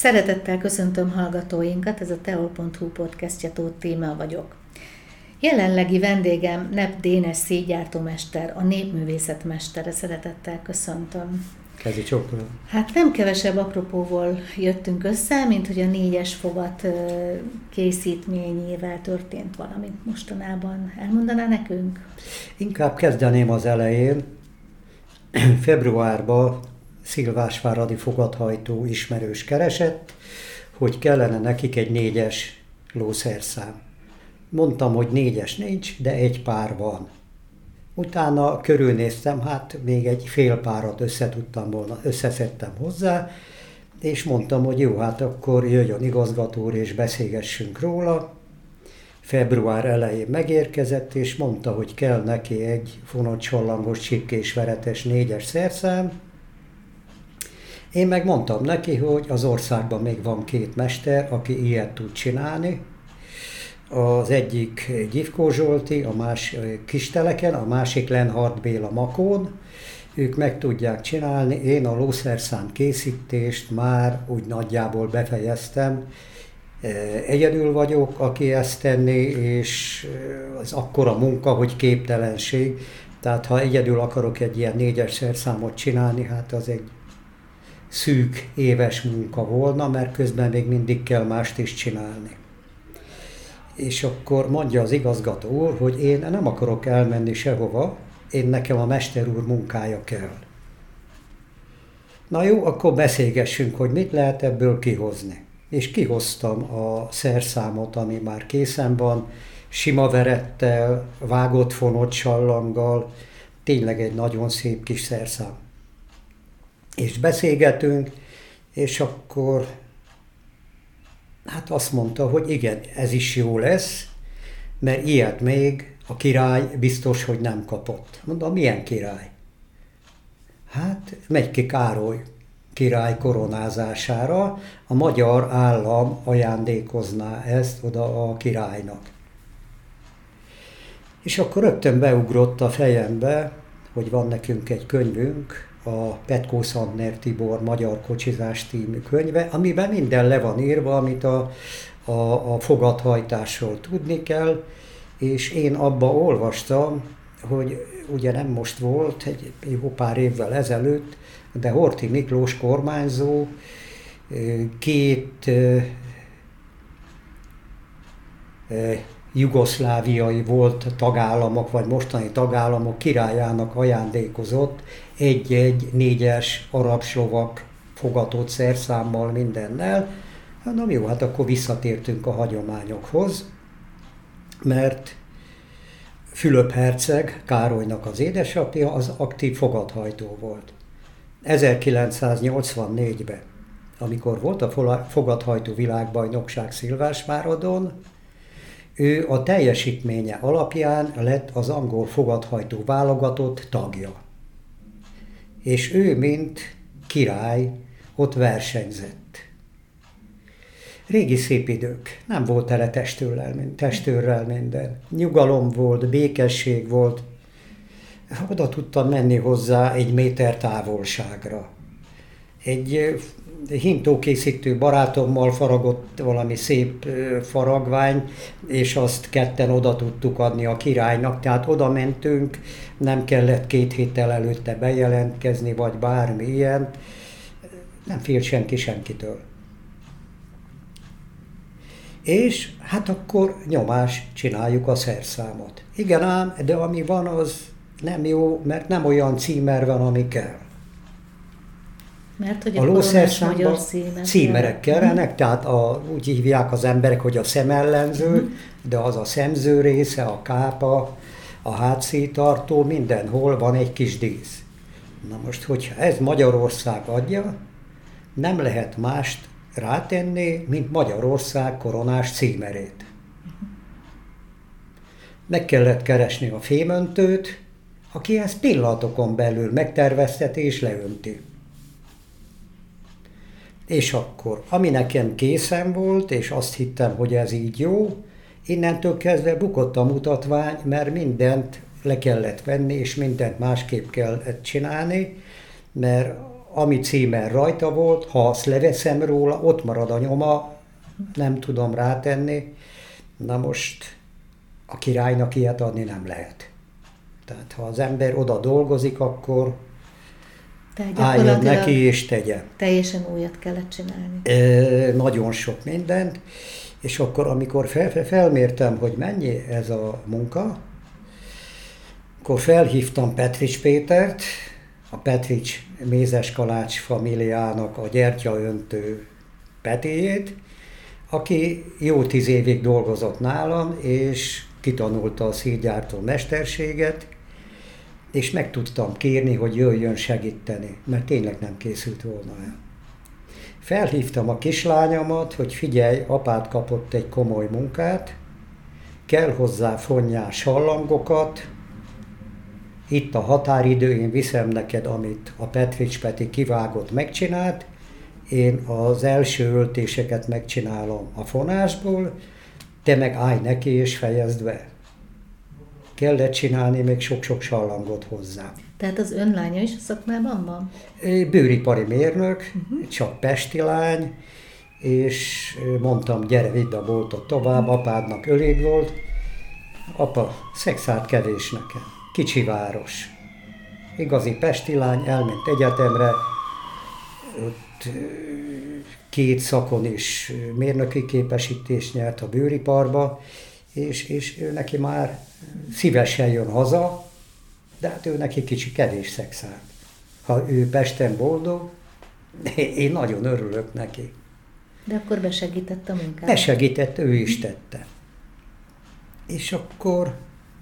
Szeretettel köszöntöm hallgatóinkat, ez a teol.hu podcastja, Tóth Tímea vagyok. Jelenlegi vendégem Nepp Dénes székgyártómester, a népművészetmestere, szeretettel köszöntöm. Kezi csókolom. Hát nem kevesebb apropóból jöttünk össze, mint hogy a 4-es fogat készítményével történt valami mostanában. Elmondaná nekünk? Inkább kezdeném az elején. Februárban szilvásváradi fogathajtó ismerős keresett, hogy kellene nekik egy 4-es lószerszám. Mondtam, hogy 4-es nincs, de egy pár van. Utána körülnéztem, hát még egy fél párat összeszedtem hozzá, és mondtam, hogy jó, hát akkor jöjjön igazgató úr és beszélgessünk róla. Február elején megérkezett, és mondta, hogy kell neki egy fonocsallangos, csipkés, veretes 4-es szerszám. Én meg mondtam neki, hogy az országban még van 2 mester, aki ilyet tud csinálni. Az egyik Gyifkó Zsolti, a másik Kisteleken, a másik Lenhard Béla Makón. Ők meg tudják csinálni. Én a lószerszám készítést már úgy nagyjából befejeztem. Egyedül vagyok, aki ezt tenni, és az akkora munka, hogy képtelenség. Tehát ha egyedül akarok egy ilyen 4-es szerszámot csinálni, hát az egy szűk éves munka volna, mert közben még mindig kell mást is csinálni. És akkor mondja az igazgató úr, hogy én nem akarok elmenni sehova, nekem a mester úr munkája kell. Na jó, akkor beszélgessünk, hogy mit lehet ebből kihozni. És kihoztam a szerszámot, ami már készen van, sima verettel, vágott fonott sallanggal, tényleg egy nagyon szép kis szerszám. És beszélgetünk, és akkor hát azt mondta, hogy igen, ez is jó lesz, mert ilyet még a király biztos, hogy nem kapott. Mondom, milyen király? Hát Megyki Károly király koronázására a magyar állam ajándékozná ezt oda a királynak. És akkor rögtön beugrott a fejembe, hogy van nekünk egy könyvünk, a Petkó Szantner Tibor Magyar Kocsizás című könyve, amiben minden le van írva, amit a fogathajtásról tudni kell, és én abba olvastam, hogy ugye nem most volt, egy jó pár évvel ezelőtt, de Horthy Miklós kormányzó 2 jugoszláviai volt tagállamok, vagy mostani tagállamok királyának ajándékozott egy 4-es arab-szlovak fogatott szerszámmal, mindennel. Na jó, hát akkor visszatértünk a hagyományokhoz, mert Fülöp herceg, Károlynak az édesapja, az aktív fogathajtó volt. 1984-ben, amikor volt a fogathajtó világbajnokság Szilvásváradon, ő a teljesítménye alapján lett az angol fogathajtó válogatott tagja. És ő, mint király, ott versenyzett. Régi szép idők, nem volt tele testőrrel minden. Nyugalom volt, békesség volt. Oda tudtam menni hozzá 1 méter távolságra. Egy hintókészítő barátommal faragott valami szép faragvány, és azt ketten oda tudtuk adni a királynak, tehát oda mentünk, nem kellett 2 héttel előtte bejelentkezni, vagy bármi ilyen, nem fél senki senkitől. És hát akkor nyomás, csináljuk a szerszámot. Igen ám, de ami van, az nem jó, mert nem olyan címer van, ami kell. Mert hogy a lószerszámban címerek kellenek, tehát úgy hívják az emberek, hogy a szemellenző, de az a szemző része, a kápa, a hátszíjtartó, mindenhol van egy kis dísz. Na most, hogyha ez Magyarország adja, nem lehet mást rátenni, mint Magyarország koronás címerét. Meg kellett keresni a fémöntőt, aki ezt pillanatokon belül megtervezteti és leönti. És akkor, ami nekem készen volt, és azt hittem, hogy ez így jó, innentől kezdve bukott a mutatvány, mert mindent le kellett venni, és mindent másképp kellett csinálni, mert ami címen rajta volt, ha azt leveszem róla, ott marad a nyoma, nem tudom rátenni. Na most a királynak ilyet adni nem lehet. Tehát ha az ember oda dolgozik, akkor álljon neki és tegye. Teljesen újat kellett csinálni. Nagyon sok mindent, és akkor amikor felmértem, hogy mennyi ez a munka, akkor felhívtam Petrics Pétert, a Petrics Mézeskalács familiának a gyertyaöntő Petéjét, aki jó 10 évig dolgozott nálam, és kitanulta a székgyártó mesterséget, és meg tudtam kérni, hogy jöjjön segíteni, mert tényleg nem készült volna el. Felhívtam a kislányomat, hogy figyelj, apád kapott egy komoly munkát, kell hozzá fonnyás sallangokat, itt a határidő, én viszem neked, amit a Petrics Peti kivágott, megcsinált, én az első öltéseket megcsinálom a fonásból, te meg állj neki és fejezd be. Kellett csinálni még sok-sok sallangot hozzá. Tehát az ön lánya is a szakmában van? Bőripari mérnök, csak pesti lány, és mondtam, gyere, vidd a boltot tovább, apádnak elég volt. Apa, szexárt kevés nekem, kicsi város. Igazi pesti lány, elment egyetemre, ott 2 szakon is mérnöki képesítést nyert a bőriparba, és ő neki már szívesen jön haza, de hát ő neki kicsi kevés szexált. Ha ő Pesten boldog, én nagyon örülök neki. De akkor besegített a munkát? Besegített, ő is tette. És akkor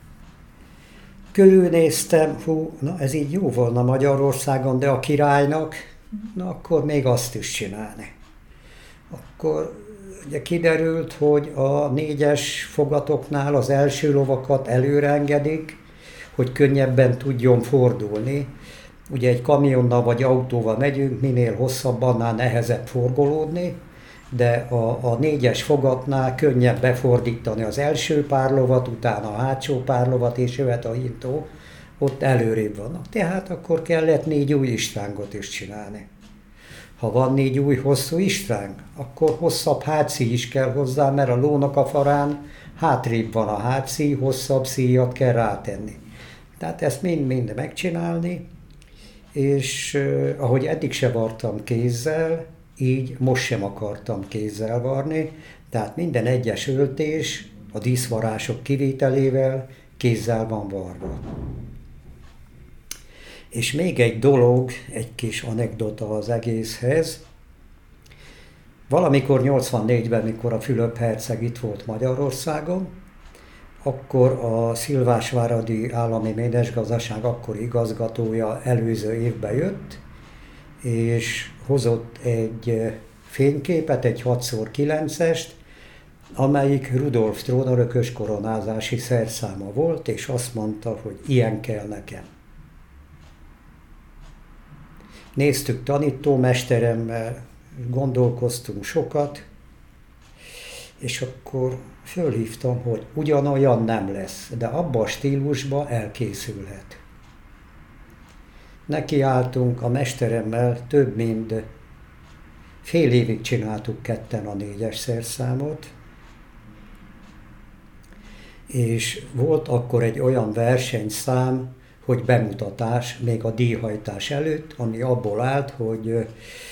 körülnéztem, na ez így jó volna Magyarországon, de a királynak, na akkor még azt is csinálni. Akkor ugye kiderült, hogy a 4-es fogatoknál az első lovakat előre engedik, hogy könnyebben tudjon fordulni. Ugye egy kamionnal vagy autóval megyünk, minél hosszabb, annál nehezebb forgolódni, de a 4-es fogatnál könnyebb befordítani az első pár lovat, utána a hátsó pár lovat, és jöhet a hintó, ott előrébb vannak. Tehát akkor kellett 4 új istrángot is csinálni. Ha van 4 új hosszú istránk, akkor hosszabb hátszíj is kell hozzá, mert a lónak a farán hátrébb van a hátszíj, hosszabb szíjat kell rátenni. Tehát ezt mind megcsinálni, és ahogy eddig se vartam kézzel, így most sem akartam kézzel varni, tehát minden egyes öltés a díszvarások kivételével kézzel van varva. És még egy dolog, egy kis anekdota az egészhez. Valamikor 84-ben, mikor a Fülöp herceg itt volt Magyarországon, akkor a Szilvásváradi Állami Ménesgazdaság akkori igazgatója előző évben jött, és hozott egy fényképet, egy 6x9-est, amelyik Rudolf trónörökös koronázási szerszáma volt, és azt mondta, hogy ilyen kell nekem. Néztük tanítómesteremmel, gondolkoztunk sokat, és akkor fölhívtam, hogy ugyanolyan nem lesz, de abban a stílusban elkészülhet. Nekiálltunk a mesteremmel, több mint fél évig csináltuk ketten a 4-es szerszámot, és volt akkor egy olyan versenyszám, hogy bemutatás még a díjhajtás előtt, ami abból állt, hogy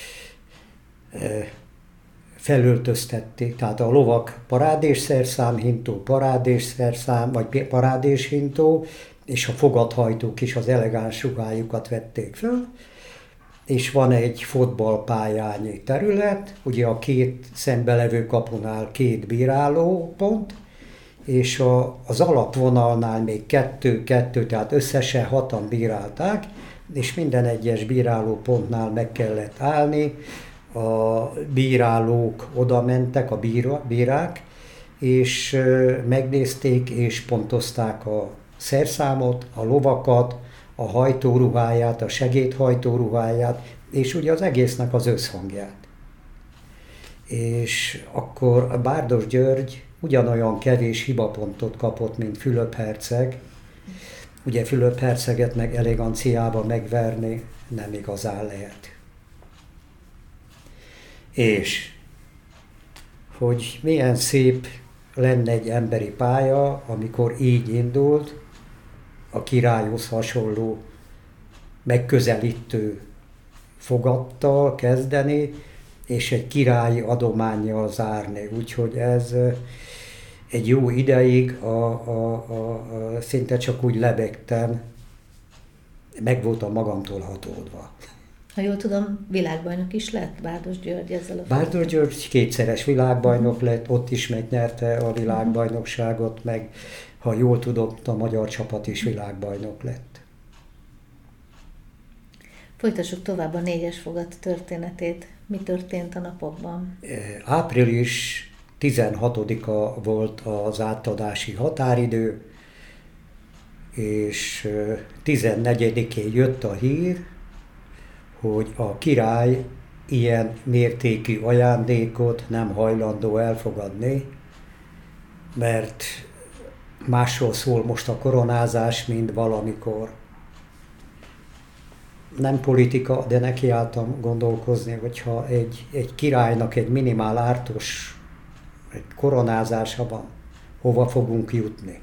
felöltöztették, tehát a lovak parádésszerszám, hintó parádésszerszám, vagy parádéshintó, és a fogathajtók is az elegáns ruhájukat vették föl, és van egy fotballpályányi terület, ugye a 2 szembelevő kapunál 2 bírálópont, és az alapvonalnál még 2, tehát összesen 6-an bírálták, és minden egyes bírálópontnál meg kellett állni, a bírálók oda mentek, a bírák, és megnézték és pontozták a szerszámot, a lovakat, a hajtóruháját, a segédhajtóruháját, és ugye az egésznek az összhangját. És akkor Bárdos György ugyanolyan kevés hibapontot kapott, mint Fülöp herceg. Ugye Fülöp herceget meg eleganciába megverni nem igazán lehet. És hogy milyen szép lenne egy emberi pálya, amikor így indult, a királyhoz hasonló megközelítő fogattal kezdeni, és egy királyi adománnyal zárni. Úgyhogy ez egy jó ideig szinte csak úgy lebegtem, meg voltam magamtól hatódva. Ha jól tudom, világbajnok is lett Bárdos György ezzel a Bárdos György kétszeres világbajnok lett, ott is megnyerte a világbajnokságot, meg ha jól tudom, a magyar csapat is világbajnok lett. Folytassuk tovább a 4-es fogat történetét. Mi történt a napokban? Április 16-a volt az átadási határidő, és 14-én jött a hír, hogy a király ilyen mértékű ajándékot nem hajlandó elfogadni, mert másról szól most a koronázás, mint valamikor. Nem politika, de nekiálltam gondolkozni, hogyha egy királynak egy minimál ártos egy koronázása van, hova fogunk jutni.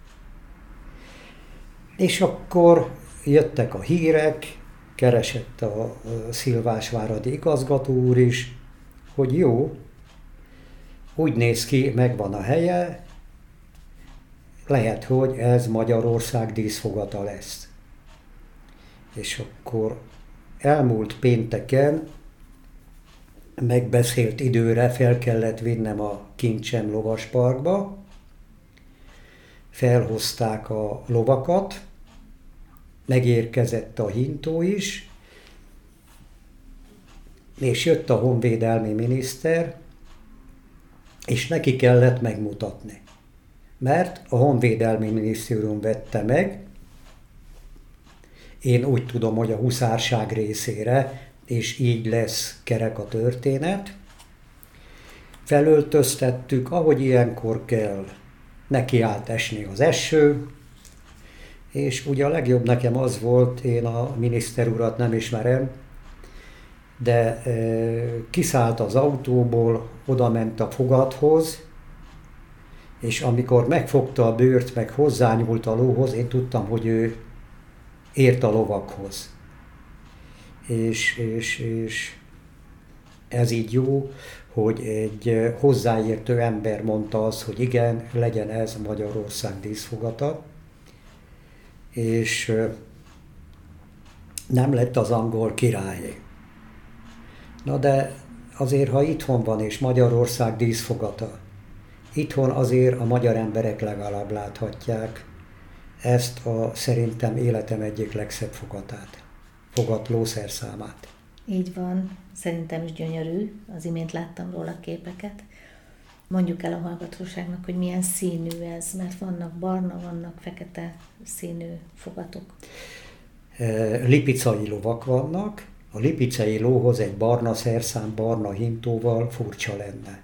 És akkor jöttek a hírek, keresett a szilvásváradi igazgató úr is, hogy jó, úgy néz ki, megvan a helye, lehet, hogy ez Magyarország díszfogata lesz. És akkor elmúlt pénteken megbeszélt időre fel kellett vinnem a Kincsem lovasparkba, felhozták a lovakat, megérkezett a hintó is, és jött a honvédelmi miniszter, és neki kellett megmutatni. Mert a honvédelmi minisztérium vette meg, én úgy tudom, hogy a huszárság részére, és így lesz kerek a történet. Felöltöztettük, ahogy ilyenkor kell, neki állt esni az eső, és ugye a legjobb nekem az volt, én a miniszter urat nem ismerem, de kiszállt az autóból, oda ment a fogathoz, és amikor megfogta a bőrt, meg hozzányúlt a lóhoz, én tudtam, hogy ő ért a lovakhoz. És ez így jó, hogy egy hozzáértő ember mondta azt, hogy igen, legyen ez Magyarország díszfogata, és nem lett az angol királyé. Na de azért, ha itthon van és Magyarország díszfogata, itthon azért a magyar emberek legalább láthatják ezt a szerintem életem egyik legszebb fogatát, fogat lószerszámát. Így van, szerintem is gyönyörű, az imént láttam róla képeket. Mondjuk el a hallgatóságnak, hogy milyen színű ez, mert vannak barna, vannak fekete színű fogatok. Lipicai lovak vannak, a lipicei lóhoz egy barna szerszám, barna hintóval furcsa lenne.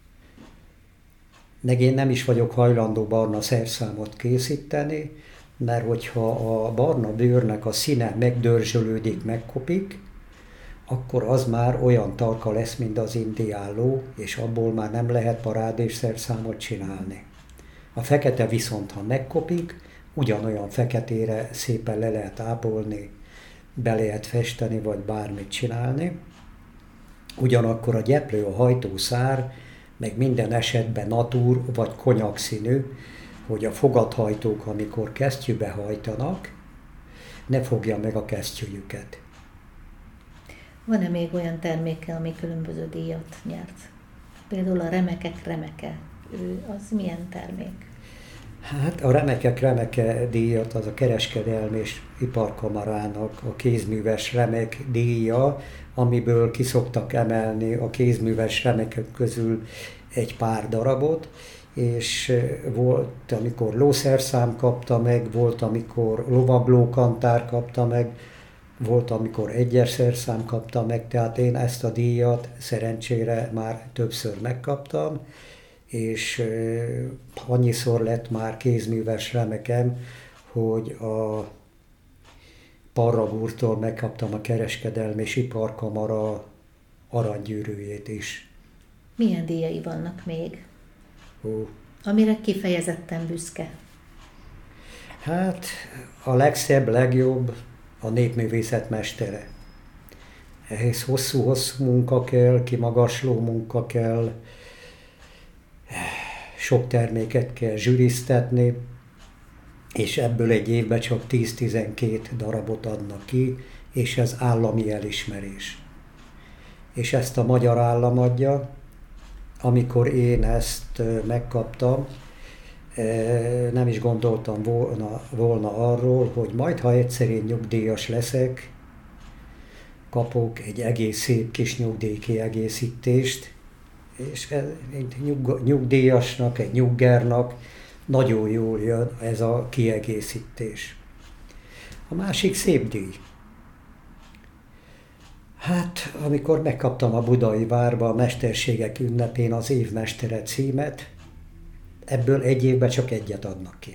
Meg én nem is vagyok hajlandó barna szerszámot készíteni, mert hogyha a barna bőrnek a színe megdörzsölődik, megkopik, akkor az már olyan tarka lesz, mint az indián ló, és abból már nem lehet parádés szerszámot csinálni. A fekete viszont, ha megkopik, ugyanolyan feketére szépen le lehet ápolni, be lehet festeni, vagy bármit csinálni. Ugyanakkor a gyeplő, a hajtószár, meg minden esetben natúr vagy konyak színű, hogy a fogathajtók, amikor kesztyűbe hajtanak, ne fogja meg a kesztyűjüket. Van-e még olyan terméke, ami különböző díjat nyert? Például a remekek remeke, az milyen termék? Hát a remekek remeke díjat az a Kereskedelmi és Iparkamarának a kézműves remek díja, amiből ki szoktak emelni a kézműves remekek közül egy pár darabot, és volt, amikor lószerszám kapta meg, volt, amikor lovaglókantár kapta meg, volt, amikor egyes szerszám kapta meg, tehát én ezt a díjat szerencsére már többször megkaptam, és annyiszor lett már kézműves remekem, hogy a Parrag úrtól megkaptam a Kereskedelmi és Iparkamara aranygyűrűjét is. Milyen díjai vannak még, Hú. amire kifejezetten büszke? Hát a legszebb, legjobb a népművészet mestere. Ehhez hosszú-hosszú munka kell, kimagasló munka kell, sok terméket kell zsűriztetni, és ebből egy évben csak 10-12 darabot adnak ki, és ez állami elismerés. És ezt a magyar állam adja. Amikor én ezt megkaptam, nem is gondoltam volna arról, hogy majd, ha egyszer én nyugdíjas leszek, kapok egy egész szép kis nyugdíjkiegészítést, és egy nyugdíjasnak, egy nyuggernak nagyon jól jön ez a kiegészítés. A másik szép díj. Hát, amikor megkaptam a Budai Várba a Mesterségek ünnepén az évmestere címet, ebből egy évben csak egyet adnak ki.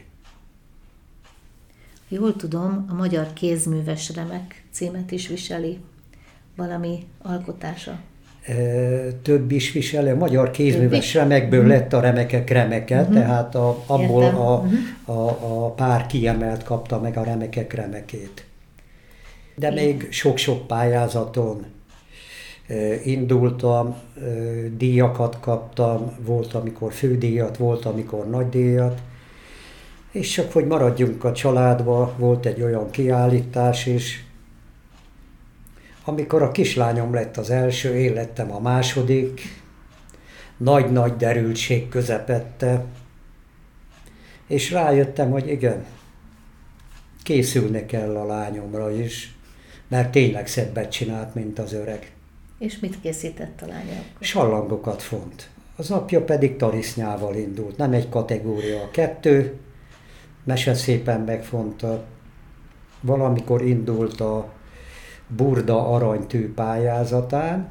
Jól tudom, a Magyar Kézműves Remek címet is viseli valami alkotása. Több is viseli. A Magyar Kézműves Remekből lett a Remekek remeke, tehát abból a pár kiemelt kapta meg a Remekek remekét. De még sok-sok pályázaton indultam, díjakat kaptam, volt, amikor fődíjat, volt, amikor nagydíjat, és csak hogy maradjunk a családba, volt egy olyan kiállítás is, amikor a kislányom lett az első, én lettem a második, nagy-nagy derültség közepette, és rájöttem, hogy igen, készülni kell a lányomra is, mert tényleg szebbet csinált, mint az öreg. És mit készített a lánya? Sallangokat font. Az apja pedig tarisznyával indult. Nem egy kategória, a kettő. Mese szépen megfonta. Valamikor indult a Burda aranytű pályázatán,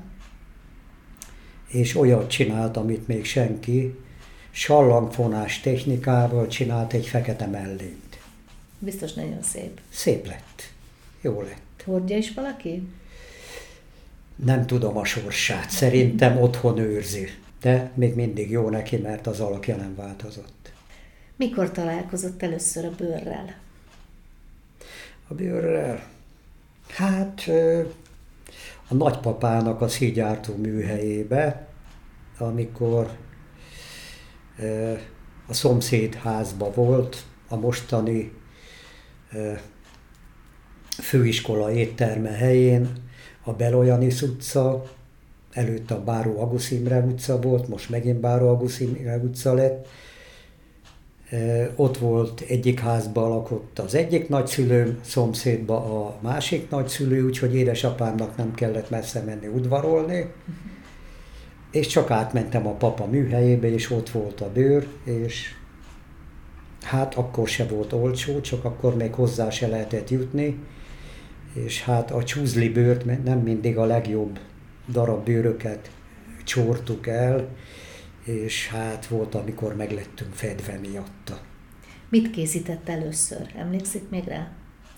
és olyat csinált, amit még senki. Sallangfonás technikával csinált egy fekete mellényt. Biztos nagyon szép. Szép lett. Jó lett. Hordja is valaki? Nem tudom a sorsát. Szerintem otthon őrzi. De még mindig jó neki, mert az alakja nem változott. Mikor találkozott először a bőrrel? A bőrrel? Hát a nagypapának a szígyártó műhelyébe, amikor a szomszéd házba volt, a mostani főiskola étterme helyén, a Belojanis utca, előtt a Báró Agusz Imre utca volt, most megint Báró Agusz Imre utca lett. Ott volt, egyik házban lakott az egyik nagyszülőm, szomszédba a másik nagyszülő, úgyhogy édesapámnak nem kellett messze menni udvarolni. És csak átmentem a papa műhelyébe, és ott volt a bőr, és hát akkor se volt olcsó, csak akkor még hozzá se lehetett jutni. És hát a csúzli bőrt nem mindig a legjobb darab bőröket csórtuk el, és hát volt, amikor meglettünk fedve miatta. Mit készített először? Emlékszik még rá?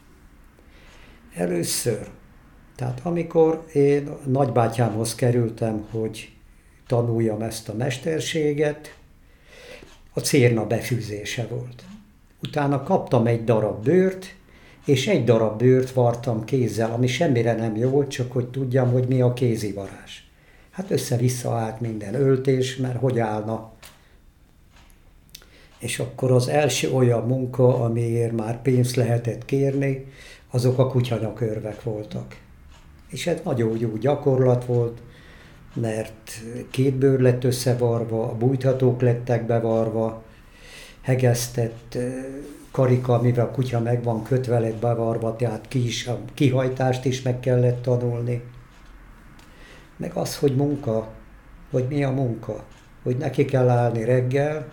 Először? Tehát amikor én nagybátyámhoz kerültem, hogy tanuljam ezt a mesterséget, a cérna befűzése volt. Utána kaptam egy darab bőrt, és egy darab bőrt vartam kézzel, ami semmire nem jó, csak hogy tudjam, hogy mi a kézivarázs. Hát össze-vissza állt minden öltés, mert hogy állna. És akkor az első olyan munka, amiért már pénzt lehetett kérni, azok a kutyanyakörvek voltak. És ez nagyon jó gyakorlat volt, mert két bőr lett összevarva, a bújthatók lettek bevarva, hegesztett karika, amivel a kutya meg van kötve, lett bevarva, tehát a kihajtást is meg kellett tanulni. Meg az, hogy munka, hogy mi a munka, hogy neki kell állni reggel,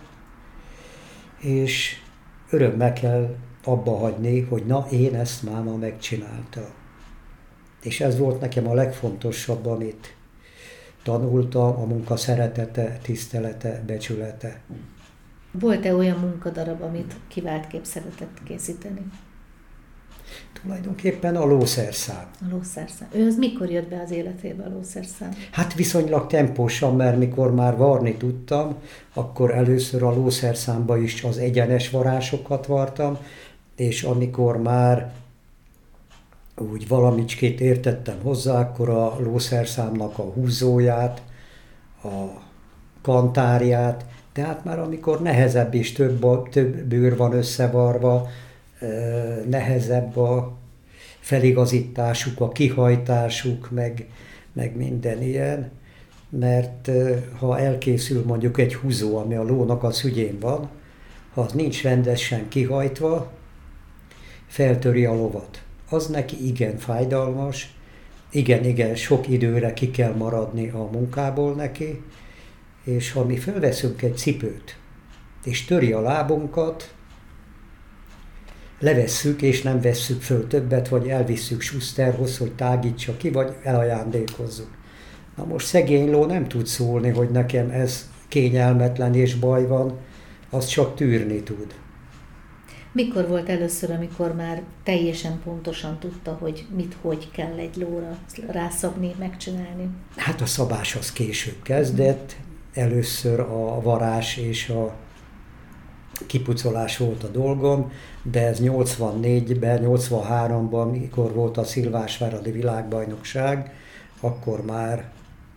és örömmel kell abba hagyni, hogy na, én ezt máma megcsinálta. És ez volt nekem a legfontosabb, amit tanultam, a munka szeretete, tisztelete, becsülete. Volt-e olyan munkadarab, amit kiváltképp szeretett készíteni? Tulajdonképpen a lószerszám. A lószerszám. Ő az mikor jött be az életébe, a lószerszám? Hát viszonylag tempósan, mert mikor már varni tudtam, akkor először a lószerszámba is az egyenes varásokat vartam, és amikor már úgy valamicskét értettem hozzá, akkor a lószerszámnak a húzóját, a kantárját, tehát már amikor nehezebb és több bőr van összevarva, nehezebb a feligazításuk, a kihajtásuk, meg minden ilyen, mert ha elkészül mondjuk egy húzó, ami a lónak a szügyén van, ha az nincs rendesen kihajtva, feltöri a lovat. Az neki igen fájdalmas, igen, sok időre ki kell maradni a munkából neki, és ha mi felveszünk egy cipőt, és töri a lábunkat, levesszük, és nem vesszük föl többet, vagy elvisszük Schusterhoz, hogy tágítsa ki, vagy elajándékozzuk. Na most szegény ló nem tud szólni, hogy nekem ez kényelmetlen és baj van, az csak tűrni tud. Mikor volt először, amikor már teljesen pontosan tudta, hogy hogy kell egy lóra rászabni, megcsinálni? Hát a szabás az később kezdett, először a varás és a kipucolás volt a dolgom, de ez 84-ben, 83-ban, mikor volt a Szilvásváradi világbajnokság, akkor már,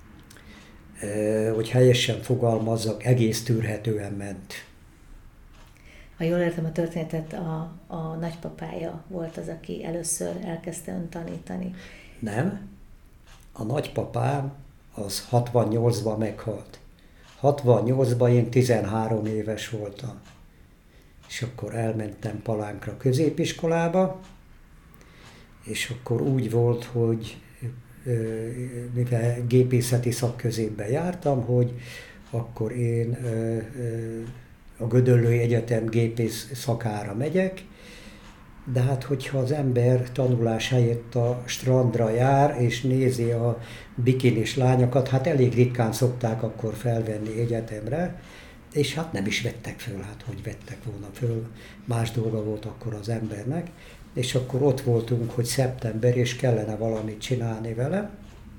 hogy helyesen fogalmazzak, egész tűrhetően ment. Ha jól értem a történetet, a nagypapája volt az, aki először elkezdte önt tanítani. Nem. A nagypapám az 68-ban meghalt. 68-ban én 13 éves voltam. És akkor elmentem Palánkra középiskolába, és akkor úgy volt, hogy mivel gépészeti szakközépbe jártam, hogy akkor én a Gödöllői Egyetem gépész szakára megyek, de hát hogyha az ember tanulás helyett a strandra jár, és nézi a bikinis lányokat, hát elég ritkán szokták akkor felvenni egyetemre, és hát nem is vettek föl, hát hogy vettek volna föl, más dolga volt akkor az embernek, és akkor ott voltunk, hogy szeptember, és kellene valamit csinálni vele,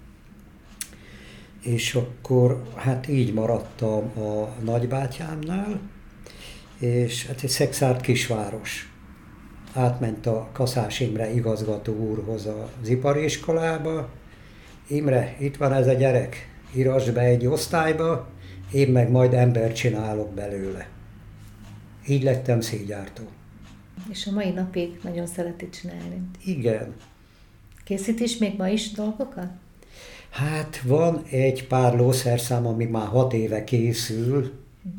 és akkor hát így maradtam a nagybátyámnál, és hát egy Szexárd kisváros. Átment a Kaszás Imre igazgató úrhoz az ipari iskolába. Imre, itt van ez a gyerek, írass be egy osztályba, én meg majd embert csinálok belőle. Így lettem szégyártó. És a mai napig nagyon szereti csinálni. Igen. Készít is még ma is dolgokat? Hát van egy pár lószerszám, ami már 6 éve készül.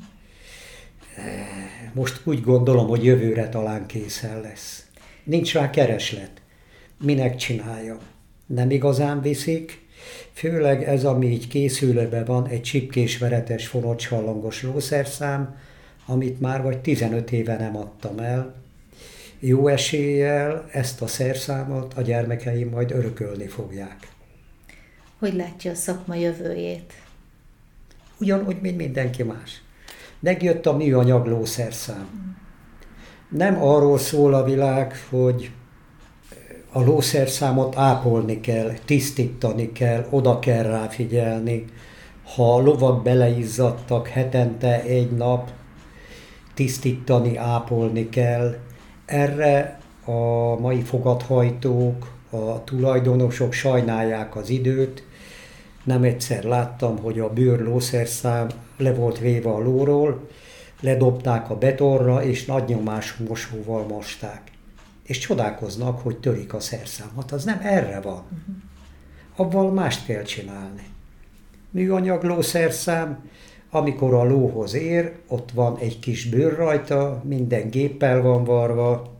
Most úgy gondolom, hogy jövőre talán készen lesz. Nincs rá kereslet. Minek csináljam? Nem igazán viszik. Főleg ez, ami így készülőben van, egy csipkés veretes fonocsallongos lószerszám, amit már vagy 15 éve nem adtam el. Jó eséllyel ezt a szerszámot a gyermekeim majd örökölni fogják. Hogy látja a szakma jövőjét? Ugyanúgy, mint mindenki más. Megjött a műanyag lószerszám. Nem arról szól a világ, hogy a lószerszámot ápolni kell, tisztítani kell, oda kell rá figyelni. Ha a lovak beleizzadtak, hetente egy nap tisztítani, ápolni kell. Erre a mai fogathajtók, a tulajdonosok sajnálják az időt. Nem egyszer láttam, hogy a bőr lószerszám le volt véve a lóról, ledobták a betonra, és nagy nyomású mosóval mosták. És csodálkoznak, hogy törik a szerszámot. Az nem erre van. Avval mást kell csinálni. Műanyag lószerszám, amikor a lóhoz ér, ott van egy kis bőr rajta, minden géppel van varva,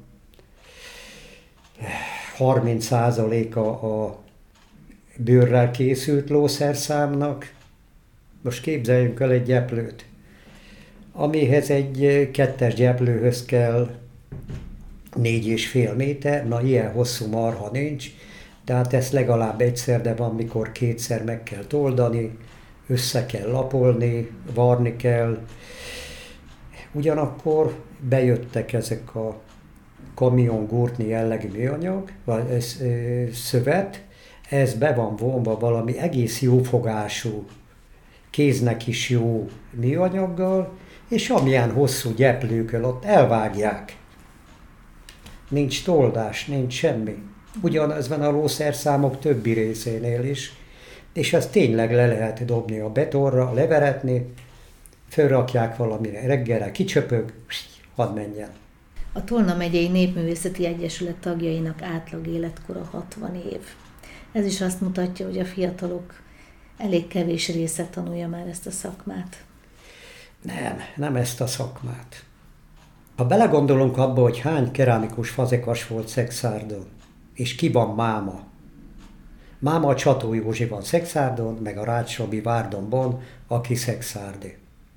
30%-a a bőrrel készült lószerszámnak. Most képzeljünk el egy gyeplőt, amihez egy 2-es gyeplőhöz kell 4,5 méter, na ilyen hosszú marha nincs, tehát ezt legalább egyszer, de van mikor 2-szer meg kell toldani, össze kell lapolni, varni kell. Ugyanakkor bejöttek ezek a kamiongurtni jellegű műanyag, vagy szövet, ez be van vonva valami egész jófogású, kéznek is jó műanyaggal, és amilyen hosszú gyeplőkkel ott elvágják. Nincs toldás, nincs semmi. Ugyanez van a lószerszámok többi részénél is, és ezt tényleg le lehet dobni a betonra, leveretni, fölrakják valamire, reggelre kicsöpög, hadd menjen. A Tolna megyei Népművészeti Egyesület tagjainak átlag életkora 60 év. Ez is azt mutatja, hogy a fiatalok elég kevés része tanulja már ezt a szakmát. Nem ezt a szakmát. Ha belegondolunk abba, hogy hány kerámikus fazekas volt Szekszárdon, és ki van máma. Máma a Csató Józsi van Szekszárdon, meg a Rácz Robi Várdomban, aki szekszárdi.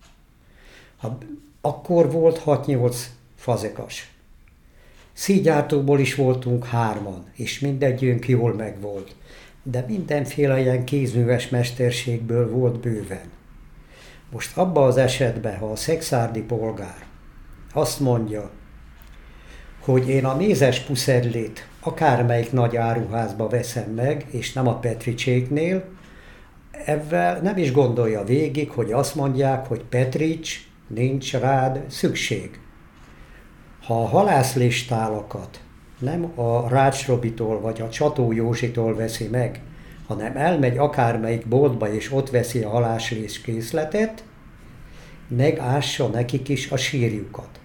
Akkor volt 6-8 fazekas. Szígyártóból is voltunk 3-an, és mindegyünk jól megvolt. De mindenféle ilyen kézműves mesterségből volt bőven. Most abban az esetben, ha a szekszárdi polgár azt mondja, hogy én a mézes puszedlét akármelyik nagy áruházba veszem meg, és nem a Petricséknél, ezzel nem is gondolja végig, hogy azt mondják, hogy Petrics, nincs rád szükség. Ha a halászlistálakat nem a Rácz Robitól vagy a Csató Józsitól veszi meg, hanem elmegy akármelyik boltba és ott veszi a halászlés készletet, megássa nekik is a sírjukat.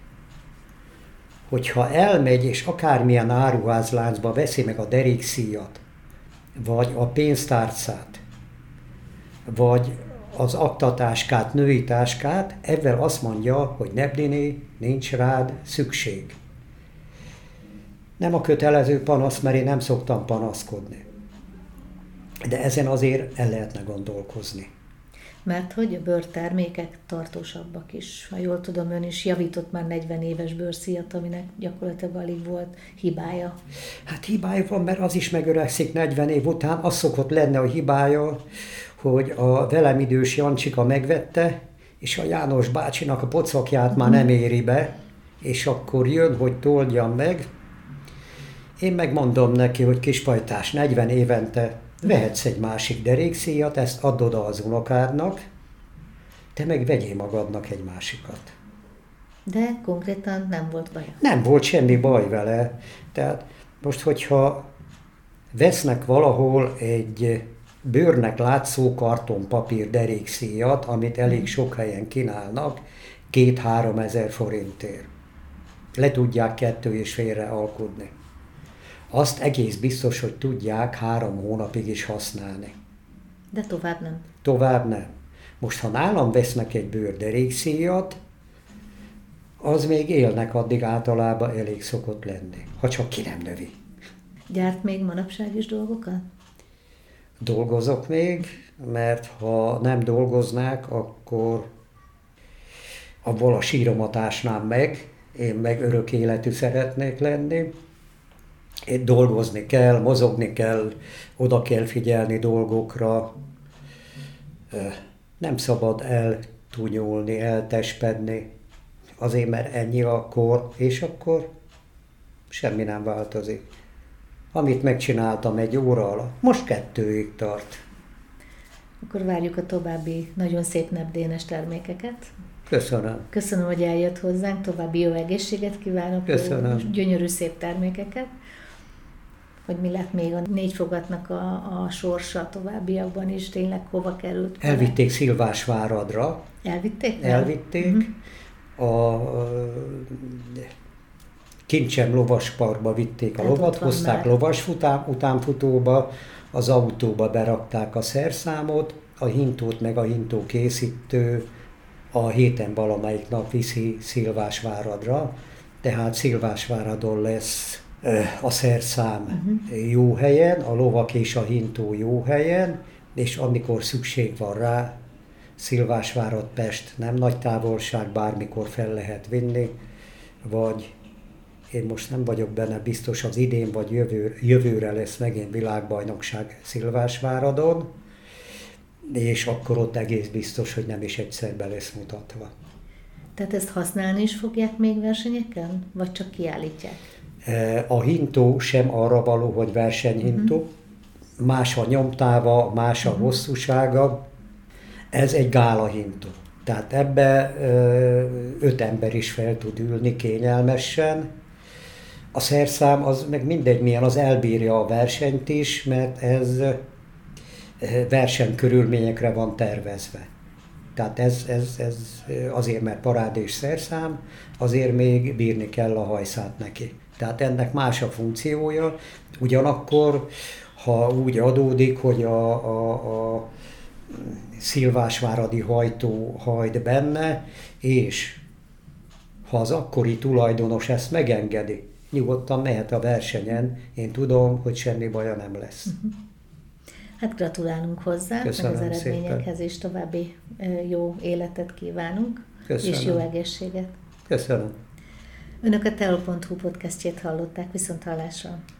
Hogyha elmegy és akármilyen áruházláncba veszi meg a derékszíjat, vagy a pénztárcát, vagy az aktatáskát, női táskát, ezzel azt mondja, hogy Nebdiné, nincs rád szükség. Nem a kötelező panasz, mert én nem szoktam panaszkodni. De ezen azért el lehetne gondolkozni. Mert hogy a bőrtermékek tartósabbak is. Ha jól tudom, ön is javított már 40 éves bőrszíjat, aminek gyakorlatilag alig volt hibája. Hát hibája van, mert az is megöregszik 40 év után. Az szokott lenne a hibája, hogy a velem idős Jancsika megvette, és a János bácsinak a pocakját már nem éri be, és akkor jön, hogy toldjam meg. Én megmondom neki, hogy kispajtás, 40 évente vehetsz egy másik derékszíjat, ezt add oda az unokádnak, te meg vegyél magadnak egy másikat. De konkrétan nem volt baj. Nem volt semmi baj vele. Tehát most, hogyha vesznek valahol egy bőrnek látszó kartonpapír derékszíjat, amit elég sok helyen kínálnak, 2-3 ezer forintért. Le tudják 2,5-re alkudni. Azt egész biztos, hogy tudják 3 hónapig is használni. De tovább nem. Tovább nem. Most, ha nálam vesznek egy bőrderékszíjat, az még élnek addig általában elég szokott lenni, ha csak ki nem növi. Gyárt még manapság is dolgokat? Dolgozok még, mert ha nem dolgoznák, akkor abból a síromat ásnám meg, én meg örök életű szeretnék lenni. Dolgozni kell, mozogni kell, oda kell figyelni dolgokra, nem szabad eltúnyolni, eltespedni, azért mert ennyi a kor, és akkor semmi nem változik. Amit megcsináltam 1 óra alatt, most 2-ig tart. Akkor várjuk a további nagyon szép nebdénes termékeket. Köszönöm. Köszönöm, hogy eljött hozzánk, további jó egészséget kívánok. Köszönöm. Gyönyörű szép termékeket. Hogy mi lett még a 4 fogatnak a sorsa továbbiakban is, tényleg hova került? Elvitték Szilvásváradra. Elvitték? Elvitték. A Kincsem lovasparkba vitték a lovat, hozták lovas utánfutóba, az autóba berakták a szerszámot, a hintót meg a hintó készítő a héten valamelyik nap viszi Szilvásváradra, tehát Szilvásváradon lesz a szerszám jó helyen, a lovak és a hintó jó helyen, és amikor szükség van rá, Szilvásvárad, Pest nem nagy távolság, bármikor fel lehet vinni, vagy én most nem vagyok benne biztos, az idén vagy jövőre lesz megint világbajnokság Szilvásváradon, és akkor ott egész biztos, hogy nem is egyszer be lesz mutatva. Tehát ezt használni is fogják még versenyeken, vagy csak kiállítják? A hintó sem arra való, hogy versenyhintó, más a nyomtáva, más a hosszúsága, ez egy gálahintó. Tehát ebbe 5 ember is fel tud ülni kényelmesen. A szerszám az meg mindegy milyen, az elbírja a versenyt is, mert ez versenykörülményekre van tervezve. Tehát ez azért, mert parád és szerszám, azért még bírni kell a hajszát neki. Tehát ennek más a funkciója, ugyanakkor, ha úgy adódik, hogy a szilvásváradi hajtó hajt benne, és ha az akkori tulajdonos ezt megengedi, nyugodtan mehet a versenyen, én tudom, hogy semmi baja nem lesz. Hát gratulálunk hozzá, köszönöm meg az eredményekhez, szépen. és további jó életet kívánunk, Köszönöm. és jó egészséget. Köszönöm. Önök a teol.hu podcastjét hallották, viszonthallásra.